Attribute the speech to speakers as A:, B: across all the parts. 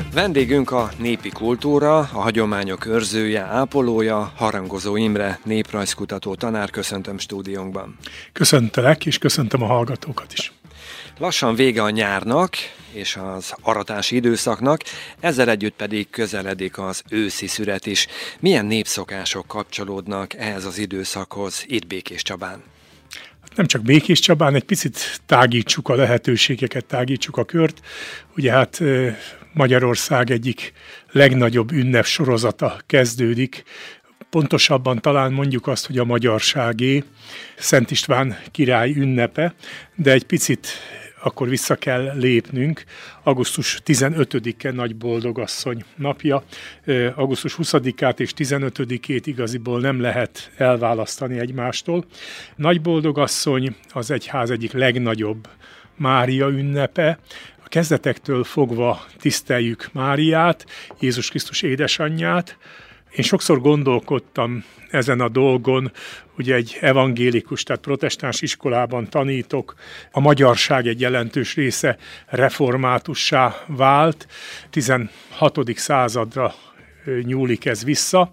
A: Vendégünk a népi kultúra, a hagyományok őrzője, ápolója, Harangozó Imre, néprajzkutató tanár. Köszöntöm stúdiónkban.
B: Köszöntelek, és köszöntöm a hallgatókat is.
A: Lassan vége a nyárnak és az aratási időszaknak, ezzel együtt pedig közeledik az őszi szüret is. Milyen népszokások kapcsolódnak ehhez az időszakhoz itt Békéscsabán?
B: Nem csak Békéscsabán, egy picit tágítsuk a lehetőségeket, tágítsuk a kört. Ugye hát Magyarország egyik legnagyobb ünnepsorozata kezdődik. Pontosabban talán mondjuk azt, hogy a magyarságé, Szent István király ünnepe, de egy picit akkor vissza kell lépnünk. Augusztus 15-e Nagyboldogasszony napja. Augusztus 20-át és 15-ét igaziból nem lehet elválasztani egymástól. Nagyboldogasszony az egyház egyik legnagyobb Mária ünnepe. A kezdetektől fogva tiszteljük Máriát, Jézus Krisztus édesanyját. Én sokszor gondolkodtam ezen a dolgon, ugye egy evangélikus, tehát protestáns iskolában tanítok, a magyarság egy jelentős része reformátussá vált, 16. századra nyúlik ez vissza,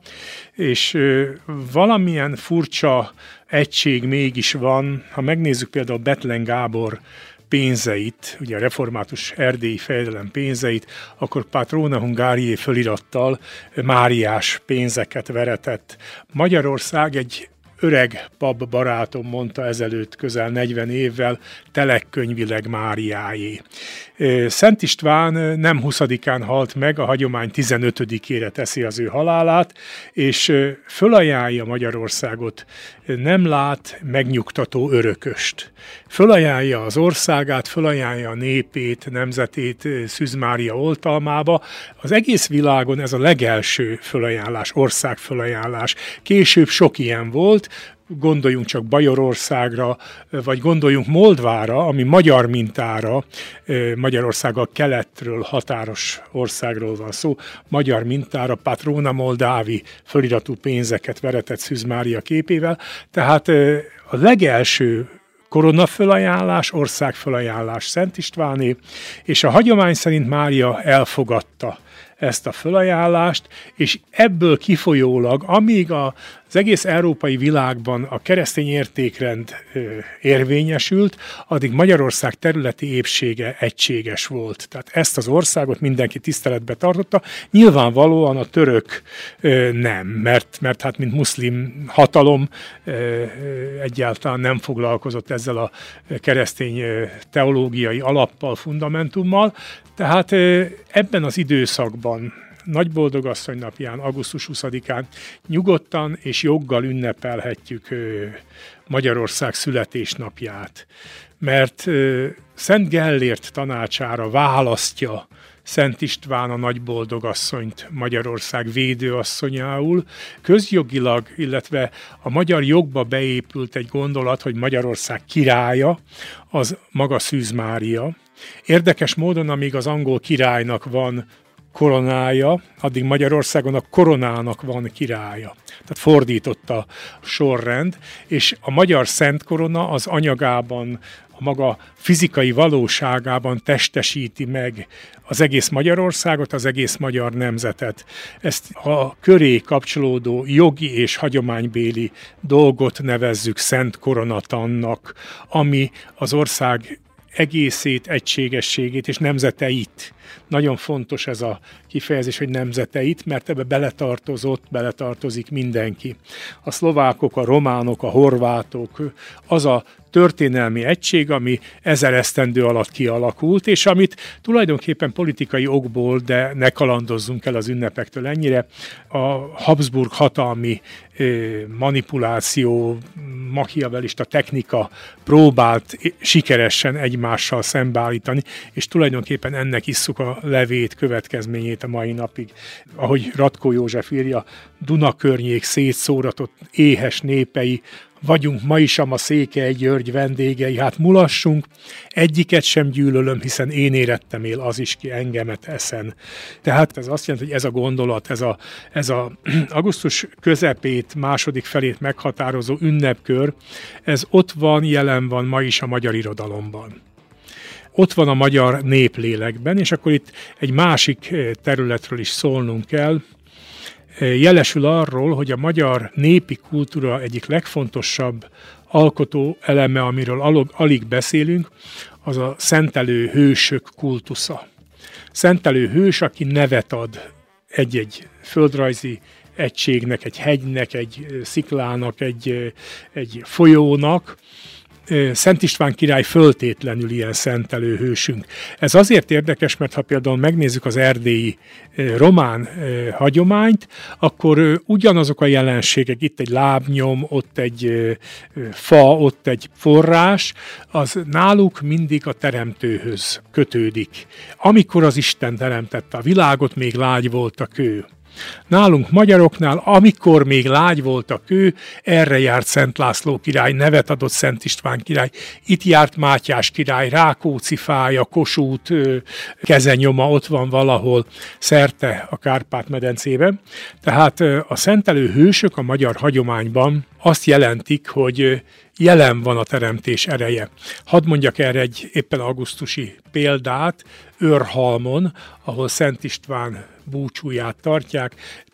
B: és valamilyen furcsa egység mégis van, ha megnézzük például Bethlen Gábor pénzeit, ugye a református erdélyi fejedelem pénzeit, akkor Patrona Hungariae fölirattal máriás pénzeket veretett. Magyarország egy öreg pap barátom mondta ezelőtt közel 40 évvel, telekkönyvileg Máriáé. Szent István nem 20-án halt meg, a hagyomány 15-ére teszi az ő halálát, és fölajánlja Magyarországot, nem lát megnyugtató örököst. Fölajánlja az országát, fölajánlja a népét, nemzetét Szűz Mária oltalmába. Az egész világon ez a legelső fölajánlás, országfölajánlás. Később sok ilyen volt, gondoljunk csak Bajorországra, vagy gondoljunk Moldvára, ami magyar mintára, Magyarországgal keletről, határos országról van szó, magyar mintára Patrona Moldávi föliratú pénzeket veretett Szűz Mária képével. Tehát a legelső koronafölajánlás, országfölajánlás Szent Istváné, és a hagyomány szerint Mária elfogadta ezt a fölajánlást, és ebből kifolyólag, amíg az egész európai világban a keresztény értékrend érvényesült, addig Magyarország területi épsége egységes volt. Tehát ezt az országot mindenki tiszteletbe tartotta. Nyilvánvalóan a török nem, mert hát mint muszlim hatalom egyáltalán nem foglalkozott ezzel a keresztény teológiai alappal, fundamentummal. Tehát ebben az időszakban, Nagyboldogasszony napján, augusztus 20-án nyugodtan és joggal ünnepelhetjük Magyarország születésnapját, mert Szent Gellért tanácsára választja Szent István a Nagyboldogasszonyt Magyarország védőasszonyául. Közjogilag, illetve a magyar jogba beépült egy gondolat, hogy Magyarország királya, az maga Szűz Mária. Érdekes módon, amíg az angol királynak van koronája, addig Magyarországon a koronának van királya. Tehát fordított a sorrend, és a magyar szent korona az anyagában, a maga fizikai valóságában testesíti meg az egész Magyarországot, az egész magyar nemzetet. Ezt a köré kapcsolódó jogi és hagyománybéli dolgot nevezzük Szent Koronatannak, ami az ország egészét, egységességét és nemzeteit. Nagyon fontos ez a kifejezés, hogy nemzeteit, mert ebbe beletartozik mindenki. A szlovákok, a románok, a horvátok, az a történelmi egység, ami 1000 esztendő alatt kialakult, és amit tulajdonképpen politikai okból, de ne kalandozzunk el az ünnepektől ennyire, a Habsburg hatalmi manipuláció, machiavellista technika próbált sikeresen egymással szembeállítani, és tulajdonképpen ennek isszuk a levét, következményét a mai napig. Ahogy Ratkó József írja, Duna környék szétszóratott éhes népei, vagyunk ma is a Székely György vendégei, hát mulassunk, egyiket sem gyűlölöm, hiszen én érettem él az is, ki engemet eszen. Tehát ez azt jelenti, hogy ez a gondolat, ez a augusztus közepét, második felét meghatározó ünnepkör, ez ott van, jelen van ma is a magyar irodalomban. ott van a magyar néplélekben, és akkor itt egy másik területről is szólnunk kell. Jelesül arról, hogy a magyar népi kultúra egyik legfontosabb alkotó eleme, amiről alig beszélünk, az a szentelő hősök kultusza. Szentelő hős, aki nevet ad egy-egy földrajzi egységnek, egy hegynek, egy sziklának, egy folyónak. Szent István király föltétlenül ilyen szentelő hősünk. Ez azért érdekes, mert ha például megnézzük az erdélyi román hagyományt, akkor ugyanazok a jelenségek, itt egy lábnyom, ott egy fa, ott egy forrás, az náluk mindig a teremtőhöz kötődik. Amikor az Isten teremtette a világot, még lágy volt a kő. Nálunk magyaroknál, amikor még lágy volt a kő, erre járt Szent László király, nevet adott Szent István király, itt járt Mátyás király, Rákóczi fája, Kossuth kezenyoma ott van valahol szerte a Kárpát-medencében. Tehát a szentelő hősök a magyar hagyományban azt jelentik, hogy jelen van a teremtés ereje. Hadd mondjak erre egy éppen augusztusi példát, Őrhalmon, ahol Szent István búcsúját tartják.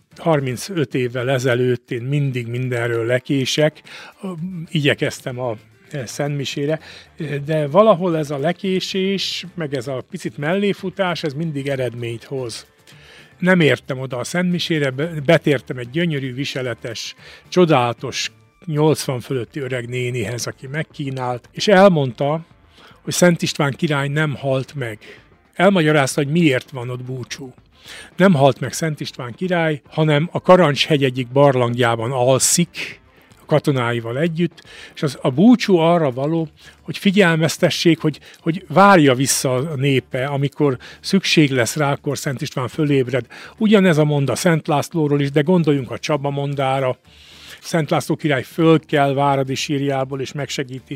B: 35 évvel ezelőtt én mindig mindenről lekések, igyekeztem a szentmisére, de valahol ez a lekésés, meg ez a picit melléfutás, ez mindig eredményt hoz. Nem értem oda a szentmisére, betértem egy gyönyörű, viseletes, csodálatos, 80 fölötti öreg nénihez, aki megkínált, és elmondta, hogy Szent István király nem halt meg. Elmagyarázta, hogy miért van ott búcsú. Nem halt meg Szent István király, hanem a Karancs-hegy egyik barlangjában alszik, a katonáival együtt, és a búcsú arra való, hogy figyelmeztessék, hogy várja vissza a népe, amikor szükség lesz rá, akkor Szent István fölébred. Ugyanez a monda Szent Lászlóról is, de gondoljunk a Csaba mondára. Szent László király fölkel Váradi sírjából, és megsegíti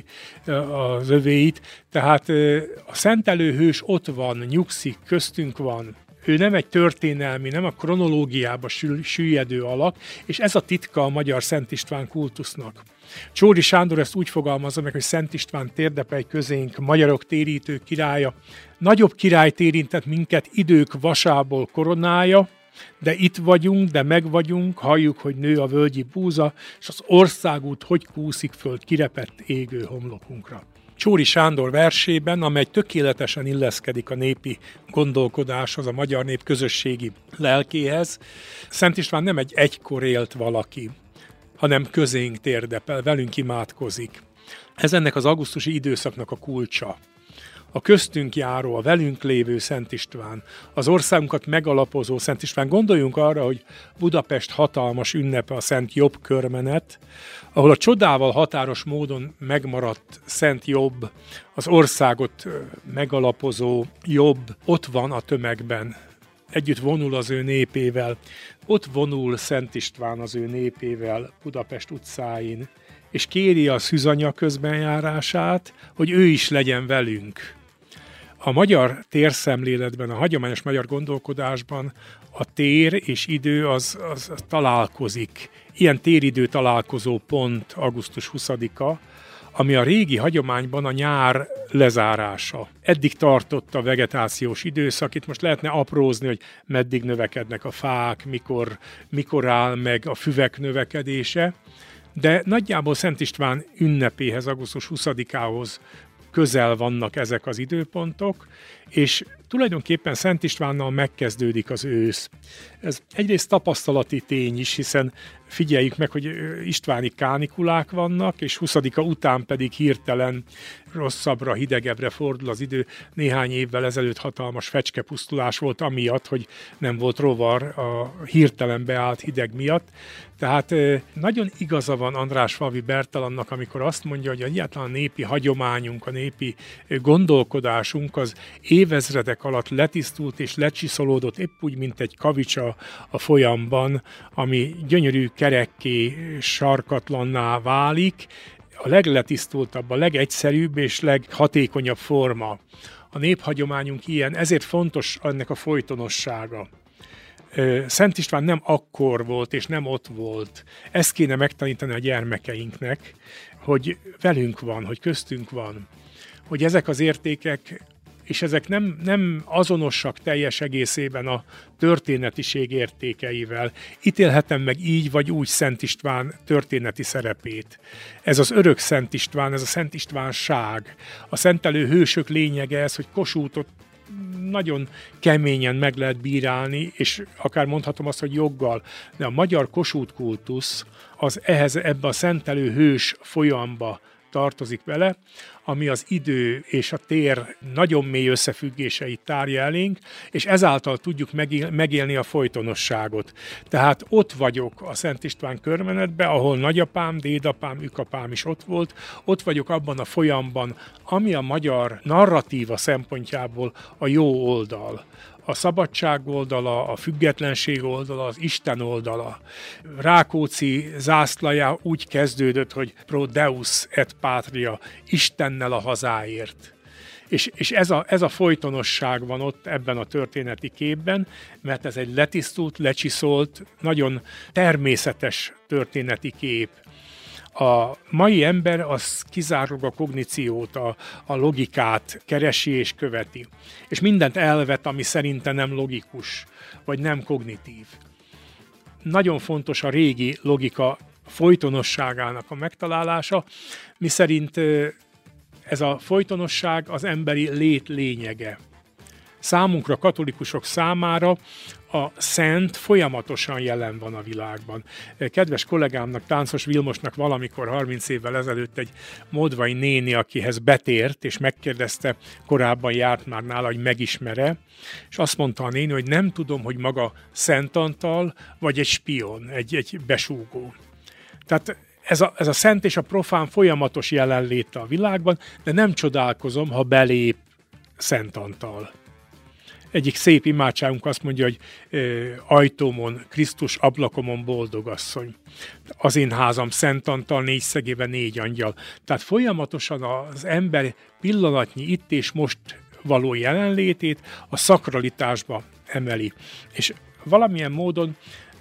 B: az övéit. Tehát a szentelő hős ott van, nyugszik, köztünk van. Ő nem egy történelmi, nem a kronológiába süllyedő alak, és ez a titka a magyar Szent István kultusznak. Csóri Sándor ezt úgy fogalmazza meg, hogy Szent István térdepely közénk, magyarok térítő királya. Nagyobb király érintett minket idők vasából koronája, de itt vagyunk, de megvagyunk, halljuk, hogy nő a völgyi búza, és az országút hogy kúszik föld kirepett égő homlokunkra. Csóri Sándor versében, amely tökéletesen illeszkedik a népi gondolkodáshoz, a magyar nép közösségi lelkéhez, Szent István nem egy egykor élt valaki, hanem közénk térdepel, velünk imádkozik. Ez ennek az augusztusi időszaknak a kulcsa. A köztünk járó, a velünk lévő Szent István, az országunkat megalapozó Szent István. Gondoljunk arra, hogy Budapest hatalmas ünnepe a Szent Jobb körmenet, ahol a csodával határos módon megmaradt Szent Jobb, az országot megalapozó Jobb ott van a tömegben. Együtt vonul az ő népével, ott vonul Szent István az ő népével Budapest utcáin, és kéri a szűzanya közbenjárását, hogy ő is legyen velünk. A magyar térszemléletben, a hagyományos magyar gondolkodásban a tér és idő az találkozik. Ilyen téridő találkozó pont augusztus 20-a, ami a régi hagyományban a nyár lezárása. Eddig tartott a vegetációs időszak, itt most lehetne aprózni, hogy meddig növekednek a fák, mikor áll meg a füvek növekedése, de nagyjából Szent István ünnepéhez, augusztus 20-ához közel vannak ezek az időpontok, és tulajdonképpen Szent Istvánnal megkezdődik az ősz. Ez egyrészt tapasztalati tény is, hiszen figyeljük meg, hogy istváni kánikulák vannak, és 20-a után pedig hirtelen rosszabbra, hidegebbre fordul az idő. Néhány évvel ezelőtt hatalmas fecskepusztulás volt amiatt, hogy nem volt rovar a hirtelen beállt hideg miatt. Tehát nagyon igaza van Andrásfalvi Bertalannak, amikor azt mondja, hogy egyáltalán a népi hagyományunk, a népi gondolkodásunk az évezredek alatt letisztult és lecsiszolódott, épp úgy, mint egy kavics a folyamban, ami gyönyörű kerekké, sarkatlanná válik, a legletisztultabb, a legegyszerűbb és leghatékonyabb forma. A néphagyományunk ilyen, ezért fontos ennek a folytonossága. Szent István nem akkor volt, és nem ott volt. Ezt kéne megtanítani a gyermekeinknek, hogy velünk van, hogy köztünk van. Hogy ezek az értékek és ezek nem azonosak teljes egészében a történetiség értékeivel. Ítélhetem meg így vagy úgy Szent István történeti szerepét. Ez az örök Szent István, ez a Szent Istvánság. A szentelő hősök lényege ez, hogy Kossuthot nagyon keményen meg lehet bírálni, és akár mondhatom azt, hogy joggal, de a magyar Kossuth kultusz az ebbe a szentelő hős folyamba tartozik vele, ami az idő és a tér nagyon mély összefüggéseit tárja elénk, és ezáltal tudjuk megélni a folytonosságot. Tehát ott vagyok a Szent István körmenetben, ahol nagyapám, dédapám, ükapám is ott volt, ott vagyok abban a folyamban, ami a magyar narratíva szempontjából a jó oldal. A szabadság oldala, a függetlenség oldala, az Isten oldala. Rákóczi zászlaja úgy kezdődött, hogy pro Deus et patria, Istennel a hazáért. És ez a folytonosság van ott ebben a történeti képben, mert ez egy letisztult, lecsiszolt, nagyon természetes történeti kép. A mai ember az kizárólag a kogníciót, a logikát keresi és követi. És mindent elvet, ami szerinte nem logikus, vagy nem kognitív. Nagyon fontos a régi logika folytonosságának a megtalálása, miszerint ez a folytonosság az emberi lét lényege. Számunkra, katolikusok számára a szent folyamatosan jelen van a világban. Kedves kollégámnak, Táncos Vilmosnak valamikor 30 évvel ezelőtt egy moldvai néni, akihez betért, és megkérdezte, korábban járt már nála, hogy megismere, és azt mondta a néni, hogy nem tudom, hogy maga Szent Antal, vagy egy spion, egy besúgó. Tehát ez a szent és a profán folyamatos jelenléte a világban, de nem csodálkozom, ha belép Szent Antal. Egyik szép imádságunk azt mondja, hogy ajtómon, Krisztus ablakomon boldogasszony. Az én házam Szent Antal, 4 szegében 4 angyal. Tehát folyamatosan az ember pillanatnyi itt és most való jelenlétét a szakralitásba emeli. És valamilyen módon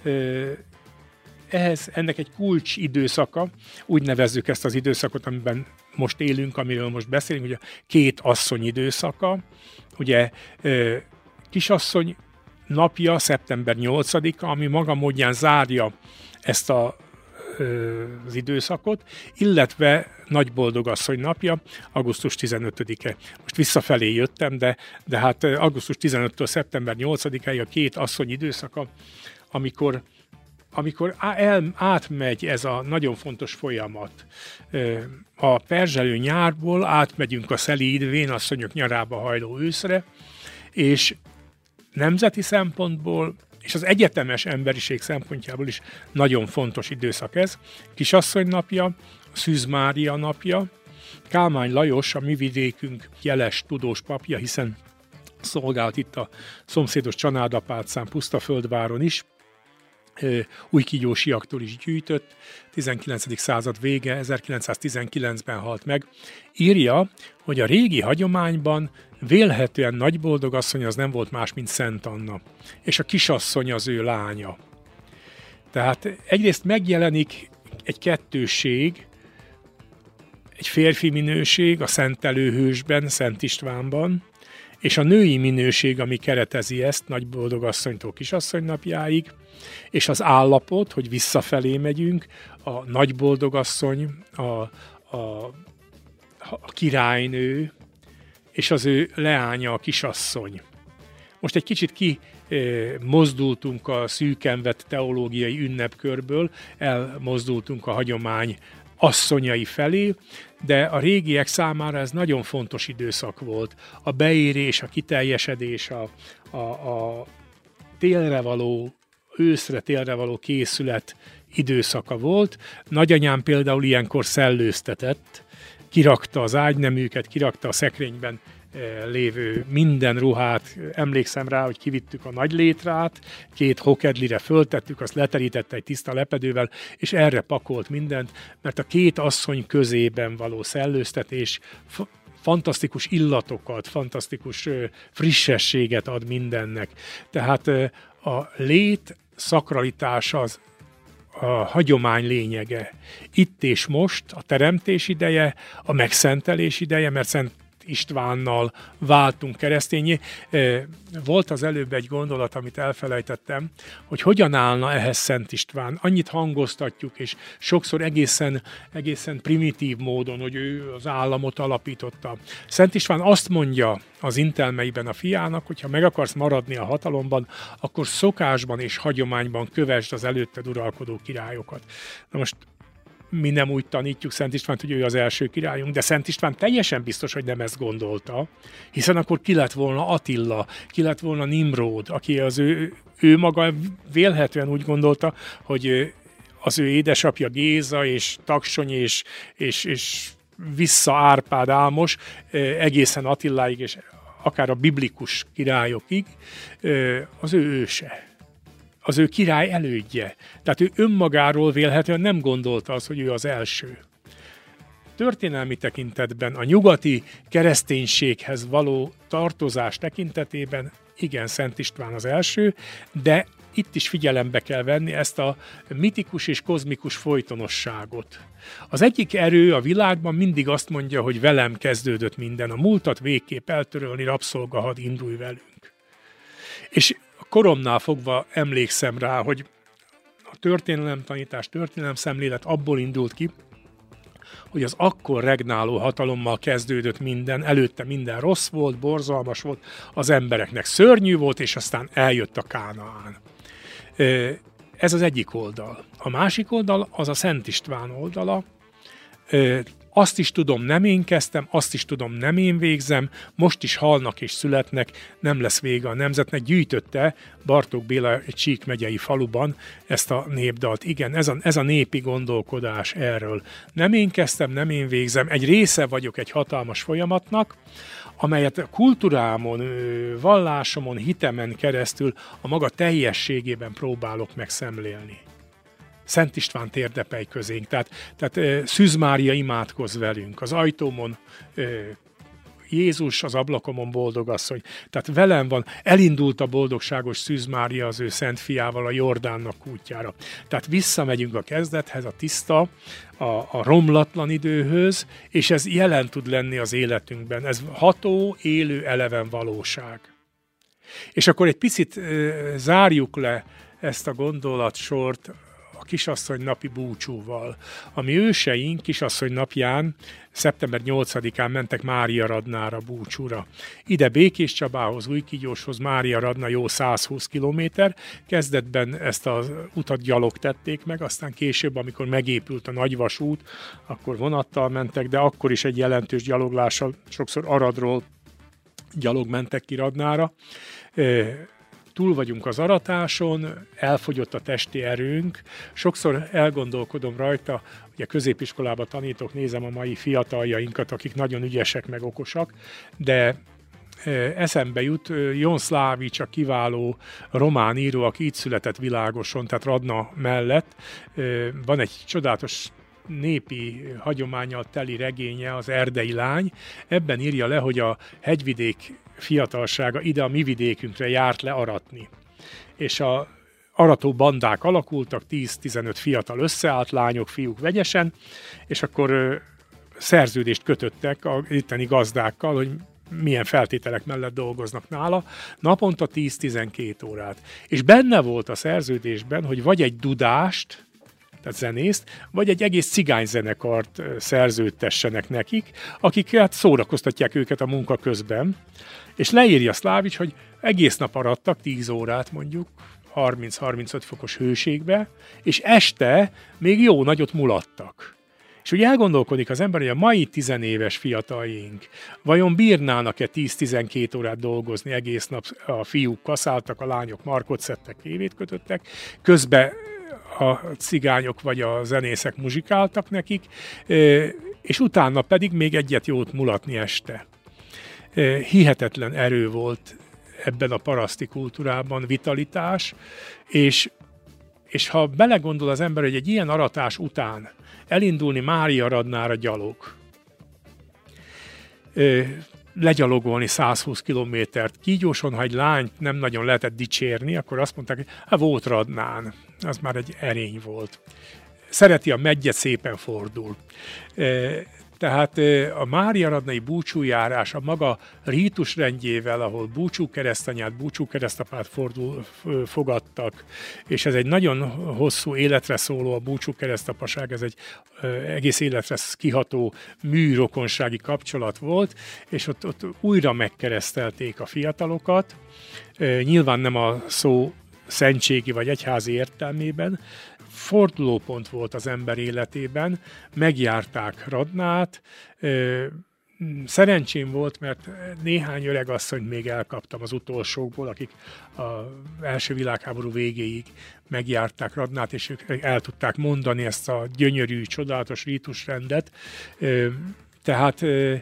B: ennek egy kulcs időszaka, úgy nevezzük ezt az időszakot, amiben most élünk, amiről most beszélünk, ugye a 2 asszony időszaka, ugye Kisasszony napja, szeptember 8-a, ami maga módján zárja ezt az időszakot, illetve Nagyboldogasszony napja, augusztus 15-e. Most visszafelé jöttem, de hát augusztus 15-től szeptember 8-áig a 2 asszony időszaka, amikor átmegy ez a nagyon fontos folyamat. A perzselő nyárból átmegyünk a szelíd vénasszonyok nyarába hajló őszre, és nemzeti szempontból, és az egyetemes emberiség szempontjából is nagyon fontos időszak ez. Kisasszony napja, Szűz Mária napja, Kálmán Lajos, a mi vidékünk jeles tudós papja, hiszen szolgált itt a szomszédos Csanádapácán, Pusztaföldváron is, újkígyósiaktól is gyűjtött, 19. század vége, 1919-ben halt meg. Írja, hogy a régi hagyományban vélhetően Nagyboldogasszony az nem volt más, mint Szent Anna, és a kisasszony az ő lánya. Tehát egyrészt megjelenik egy kettősség, egy férfi minőség a szentelőhősben, Szent Istvánban, és a női minőség, ami keretezi ezt Nagyboldogasszonytól Kisasszony napjáig, és az állapot, hogy visszafelé megyünk, a Nagyboldogasszony, a királynő, és az ő leánya, a kisasszony. Most egy kicsit mozdultunk a szűken vett teológiai ünnepkörből, elmozdultunk a hagyomány asszonyai felé, de a régiek számára ez nagyon fontos időszak volt. A beérés, a kiteljesedés, a télre való, őszre, télre való készület időszaka volt. Nagyanyám például ilyenkor szellőztetett, kirakta az ágyneműket, kirakta a szekrényben lévő minden ruhát, emlékszem rá, hogy kivittük a nagy létrát, 2 hokedlire föltettük, azt leterítette egy tiszta lepedővel, és erre pakolt mindent, mert a 2 asszony közében való szellőztetés fantasztikus illatokat, fantasztikus frissességet ad mindennek. Tehát a lét szakralitása az a hagyomány lényege. Itt és most a teremtés ideje, a megszentelés ideje, mert Szent Istvánnal váltunk keresztényé. Volt az előbb egy gondolat, amit elfelejtettem, hogy hogyan állna ehhez Szent István. Annyit hangoztatjuk, és sokszor egészen primitív módon, hogy ő az államot alapította. Szent István azt mondja az intelmeiben a fiának, hogy ha meg akarsz maradni a hatalomban, akkor szokásban és hagyományban kövesd az előtted uralkodó királyokat. Na most mi nem úgy tanítjuk Szent Istvánt, hogy ő az első királyunk, de Szent István teljesen biztos, hogy nem ezt gondolta, hiszen akkor ki lett volna Attila, ki lett volna Nimród, aki ő maga vélhetően úgy gondolta, hogy az ő édesapja Géza és Taksony és vissza Árpád Ámos egészen Attiláig és akár a biblikus királyokig az ő őse. Az ő király elődje. Tehát ő önmagáról vélhetően nem gondolta az, hogy ő az első. Történelmi tekintetben, a nyugati kereszténységhez való tartozás tekintetében igen, Szent István az első, de itt is figyelembe kell venni ezt a mitikus és kozmikus folytonosságot. Az egyik erő a világban mindig azt mondja, hogy velem kezdődött minden, a múltat végképp eltörölni, rabszolgahad, indulj velünk. És koromnál fogva emlékszem rá, hogy a történelemtanítás, történelemszemlélet abból indult ki, hogy az akkor regnáló hatalommal kezdődött minden, előtte minden rossz volt, borzalmas volt, az embereknek szörnyű volt, és aztán eljött a Kánaán. Ez az egyik oldal. A másik oldal az a Szent István oldala. Azt is tudom, nem én kezdtem, azt is tudom, nem én végzem, most is halnak és születnek, nem lesz vége a nemzetnek. Gyűjtötte Bartók Béla egy Csík megyei faluban ezt a népdalt. Igen, ez a népi gondolkodás erről. Nem én kezdtem, nem én végzem, egy része vagyok egy hatalmas folyamatnak, amelyet kultúrámon, vallásomon, hitemen keresztül a maga teljességében próbálok megszemlélni. Szent István térdepelj közénk, tehát Szűz Mária imádkozz velünk, az ajtómon Jézus, az ablakomon boldogasszony, tehát velem van, elindult a boldogságos Szűz Mária az ő szent fiával a Jordánnak útjára. Tehát visszamegyünk a kezdethez, a tiszta, a romlatlan időhöz, és ez jelen tud lenni az életünkben. Ez ható, élő, eleven valóság. És akkor egy picit zárjuk le ezt a gondolatsort a Kisasszony napi búcsúval. A mi őseink Kisasszony napján, szeptember 8-án mentek Máriaradnára búcsúra. Ide Békéscsabához, Újkígyóshoz Máriaradna jó 120 kilométer. Kezdetben ezt az utat gyalog tették meg, aztán később, amikor megépült a nagyvasút, akkor vonattal mentek, de akkor is egy jelentős gyaloglással, sokszor Aradról gyalog mentek ki Radnára. Túl vagyunk az aratáson, elfogyott a testi erőnk. Sokszor elgondolkodom rajta, ugye középiskolába tanítok, nézem a mai fiataljainkat, akik nagyon ügyesek meg okosak, de eszembe jut Jon Szlávics, a kiváló román író, aki itt született Világoson, tehát Radna mellett. Van egy csodálatos népi hagyománnyal teli regénye, az Erdei lány. Ebben írja le, hogy a hegyvidék fiatalsága ide a mi vidékünkre járt le aratni. És a arató bandák alakultak, 10-15 fiatal összeállt, lányok, fiúk vegyesen, és akkor szerződést kötöttek a itteni gazdákkal, hogy milyen feltételek mellett dolgoznak nála, naponta 10-12 órát. És benne volt a szerződésben, hogy vagy egy dudást, tehát zenészt, vagy egy egész cigányzenekart szerződtessenek nekik, akik hát szórakoztatják őket a munka közben. És leírja Szlávics, hogy egész nap arattak, 10 órát mondjuk, 30-35 fokos hőségbe, és este még jó nagyot mulattak. És úgy elgondolkodik az ember, hogy a mai 10 éves fiataljaink vajon bírnának-e 10-12 órát dolgozni egész nap, a fiúk kaszáltak, a lányok markot szedtek, tévét kötöttek, közben a cigányok vagy a zenészek muzsikáltak nekik, és utána pedig még egyet jót mulatni este. Hihetetlen erő volt ebben a paraszti kultúrában, vitalitás, és ha belegondol az ember, hogy egy ilyen aratás után elindulni Máriaradnára gyalog, legyalogolni 120 kilométert. Kígyóson, ha egy lányt nem nagyon lehetett dicsérni, akkor azt mondták, hogy hát volt Radnán, az már egy erény volt. Szereti a meggyet, szépen fordul. Tehát a Mária-radnai búcsújárás a maga rítusrendjével, ahol búcsúkeresztanyát, búcsúkeresztapát fogadtak, és ez egy nagyon hosszú életre szóló a búcsúkeresztapaság, ez egy egész életre kiható műrokonsági kapcsolat volt, és ott újra megkeresztelték a fiatalokat, nyilván nem a szó szentségi vagy egyházi értelmében, fordulópont volt az ember életében, megjárták Radnát, szerencsém volt, mert néhány öregasszonyt még elkaptam az utolsókból, akik az első világháború végéig megjárták Radnát, és ők el tudták mondani ezt a gyönyörű, csodálatos rítusrendet. Tehát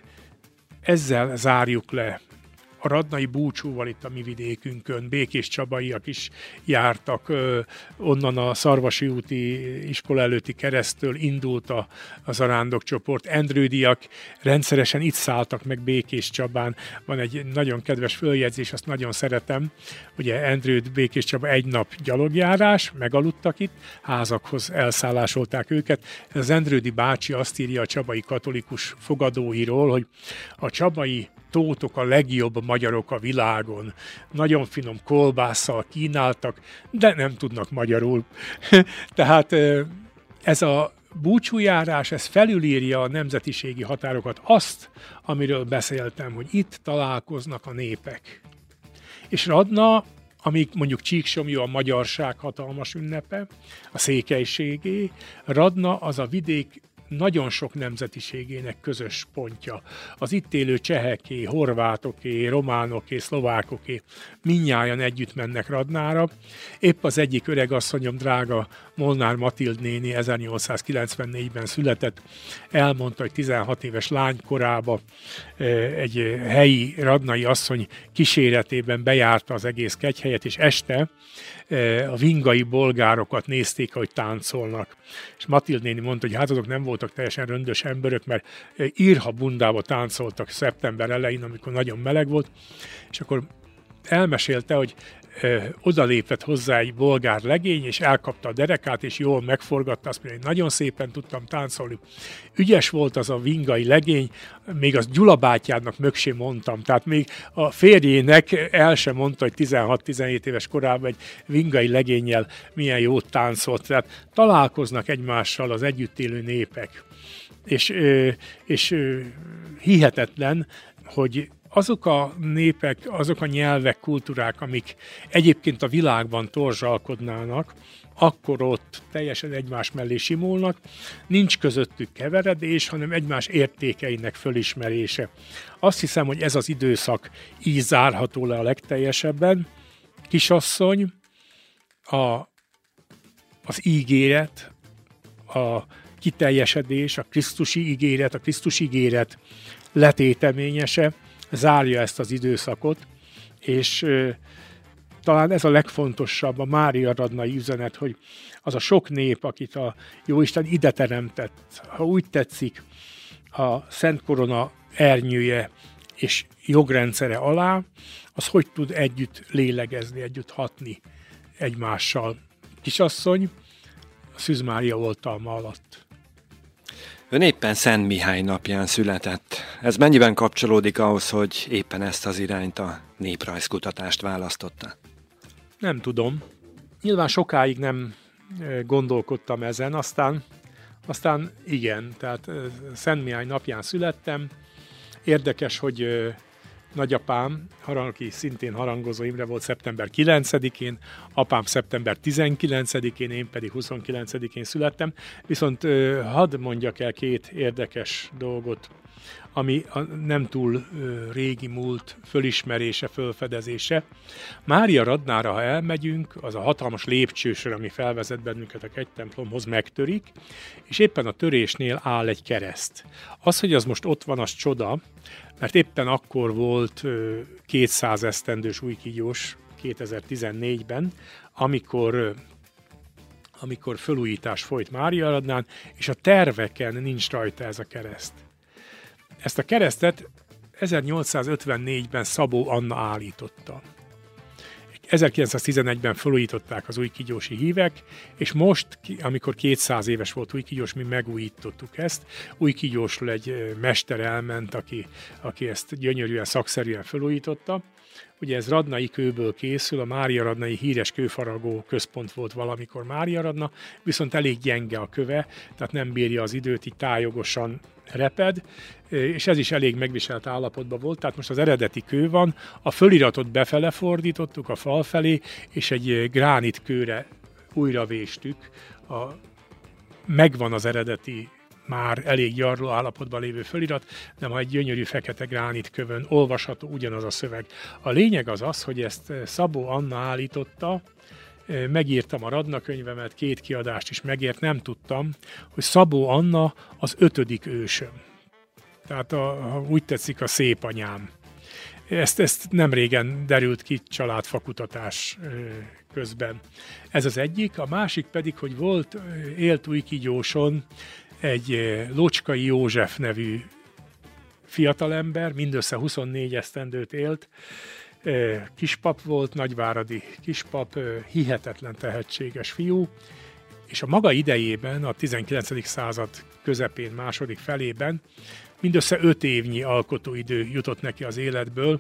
B: ezzel zárjuk le a radnai búcsúval itt a mi vidékünkön. Békés csabaiak is jártak, onnan a Szarvasi úti iskola előtti keresztől indult a zarándokcsoport. Endrődiak rendszeresen itt szálltak meg Békés Csabán. Van egy nagyon kedves följegyzés, azt nagyon szeretem. Ugye Endrőd, Békés Csaba egy nap gyalogjárás, megaludtak itt, házakhoz elszállásolták őket. Az Endrődi bácsi azt írja a csabai katolikus fogadóiról, hogy a csabai tótok a legjobb magyarok a világon. Nagyon finom kolbásszal kínáltak, de nem tudnak magyarul. Tehát ez a búcsújárás, ez felülírja a nemzetiségi határokat, azt, amiről beszéltem, hogy itt találkoznak a népek. És Radna, amíg mondjuk Csíksomlyó a magyarság hatalmas ünnepe, a székelységé, Radna az a vidék nagyon sok nemzetiségének közös pontja. Az itt élő cseheké, horvátoké, románoké, szlovákoké mindnyájan együtt mennek Radnára. Épp az egyik öregasszonyom, drága Molnár Matild néni 1894-ben született, elmondta, hogy 16 éves lánykorában egy helyi radnai asszony kíséretében bejárta az egész Kegyhelyet, és este a vingai bolgárokat nézték, ahogy táncolnak. És Matild néni mondta, hogy hát azok nem voltak teljesen röndös emberök, mert írha bundába táncoltak szeptember elején, amikor nagyon meleg volt, és akkor elmesélte, hogy odalépett hozzá egy bolgár legény, és elkapta a derekát, és jól megforgatta, azt mondja, hogy nagyon szépen tudtam táncolni. Ügyes volt az a vingai legény, még az Gyula bátyádnak meg sem mondtam, tehát még a férjének el sem mondta, hogy 16-17 éves korában egy vingai legénnyel milyen jót táncolt. Tehát találkoznak egymással az együtt élő népek. És hihetetlen, hogy azok a népek, azok a nyelvek, kultúrák, amik egyébként a világban torzsalkodnának, akkor ott teljesen egymás mellé simulnak, nincs közöttük keveredés, hanem egymás értékeinek fölismerése. Azt hiszem, hogy ez az időszak így zárható le a legteljesebben. Kisasszony, az ígéret, a kiteljesedés, a Krisztusi ígéret, a Krisztus ígéret letéteményese, zárja ezt az időszakot, és talán ez a legfontosabb, a Mária-radnai üzenet, hogy az a sok nép, akit a Jóisten ide teremtett, ha úgy tetszik, a Szent Korona ernyője és jogrendszere alá, az hogy tud együtt lélegezni, együtt hatni egymással. Kisasszony a Szűz Mária oltalma alatt.
A: Ön éppen Szent Mihály napján született. Ez mennyiben kapcsolódik ahhoz, hogy éppen ezt az irányt, a néprajzkutatást választotta?
B: Nem tudom. Nyilván sokáig nem gondolkodtam ezen, aztán igen, tehát Szent Mihály napján születtem. Érdekes, hogy nagyapám, aki szintén Harangozó Imre volt, szeptember 9-én, apám szeptember 19-én, én pedig 29-én születtem. Viszont hadd mondjak el két érdekes dolgot, ami a nem túl régi múlt fölismerése, fölfedezése. Mária-radnára, ha elmegyünk, az a hatalmas lépcsősor, ami felvezet bennünket a kegytemplomhoz, megtörik, és éppen a törésnél áll egy kereszt. Az, hogy az most ott van, az csoda, mert éppen akkor volt 200 esztendős újkígyós 2014-ben, amikor felújítás folyt Mária-radnán, és a terveken nincs rajta ez a kereszt. Ezt a keresztet 1854-ben Szabó Anna állította. 1911-ben felújították az újkígyósi hívek, és most, amikor 200 éves volt Újkígyós, mi megújítottuk ezt. Újkígyósról egy mester elment, aki ezt gyönyörűen, szakszerűen felújította. Ugye ez radnai kőből készül, a Máriaradnai híres kőfaragó központ volt valamikor Máriaradna, viszont elég gyenge a köve, tehát nem bírja az időt, így tájogosan reped, és ez is elég megviselt állapotban volt, tehát most az eredeti kő van, a föliratot befele fordítottuk a fal felé, és egy gránit kőre újra véstük, megvan az eredeti, már elég gyarló állapotban lévő fölirat, de majd egy gyönyörű fekete gránit kövön olvasható ugyanaz a szöveg. A lényeg az, hogy ezt Szabó Anna állította, megírtam a Radna könyvemet, 2 kiadást is megért, nem tudtam, hogy Szabó Anna az 5. ősöm. Tehát ha úgy tetszik, a szép anyám. Ezt nem régen derült ki családfakutatás közben. Ez az egyik, a másik pedig, hogy élt Újkígyóson egy Locskai József nevű fiatalember, mindössze 24 esztendőt élt, kispap volt, nagyváradi kispap, hihetetlen tehetséges fiú, és a maga idejében, a 19. század közepén, második felében mindössze 5 évnyi alkotóidő jutott neki az életből,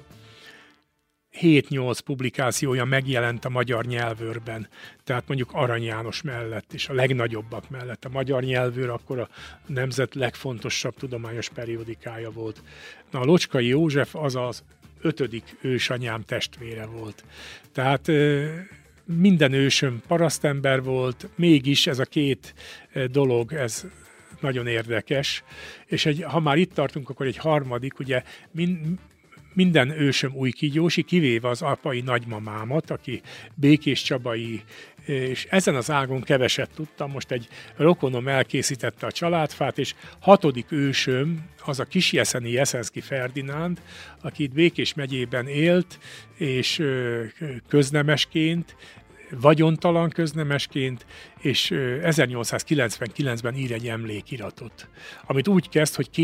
B: 7-8 publikációja megjelent a magyar nyelvőrben, tehát mondjuk Arany János mellett, és a legnagyobbak mellett. A magyar nyelvőr akkor a nemzet legfontosabb tudományos periódikája volt. Na, a Locskai József az 5. ősanyám testvére volt. Tehát minden ősöm parasztember volt, mégis ez a 2 dolog, ez nagyon érdekes. És ha már itt tartunk, akkor egy harmadik, ugye minden ősöm újkígyósi, kivéve az apai nagymamámat, aki békéscsabai, és ezen az ágon keveset tudtam. Most egy rokonom elkészítette a családfát, és 6. ősöm az a Kisjeszeni Jeszenszky Ferdinánd, aki itt Békés megyében élt, és köznemesként, vagyontalan köznemesként, és 1899-ben ír egy emlékiratot, amit úgy kezd, hogy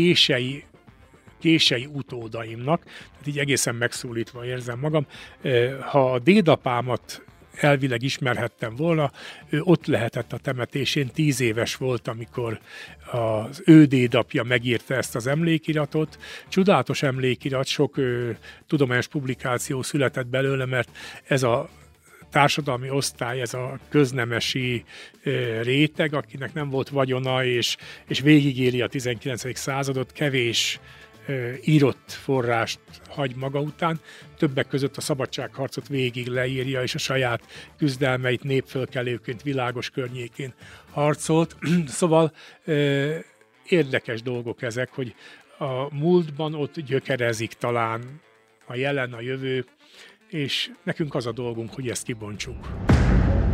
B: kései utódaimnak, tehát így egészen megszólítva érzem magam. Ha a dédapámat elvileg ismerhettem volna, ő ott lehetett a temetésén, 10 éves volt, amikor az ő dédapja megírta ezt az emlékiratot. Csodálatos emlékirat, sok tudományos publikáció született belőle, mert ez a társadalmi osztály, ez a köznemesi réteg, akinek nem volt vagyona, és végigéli a 19. századot, kevés írott forrást hagy maga után, többek között a szabadságharcot végig leírja, és a saját küzdelmeit népfölkelőként világos környékén harcolt. Szóval érdekes dolgok ezek, hogy a múltban ott gyökerezik talán a jelen, a jövő, és nekünk az a dolgunk, hogy ezt kibontsuk.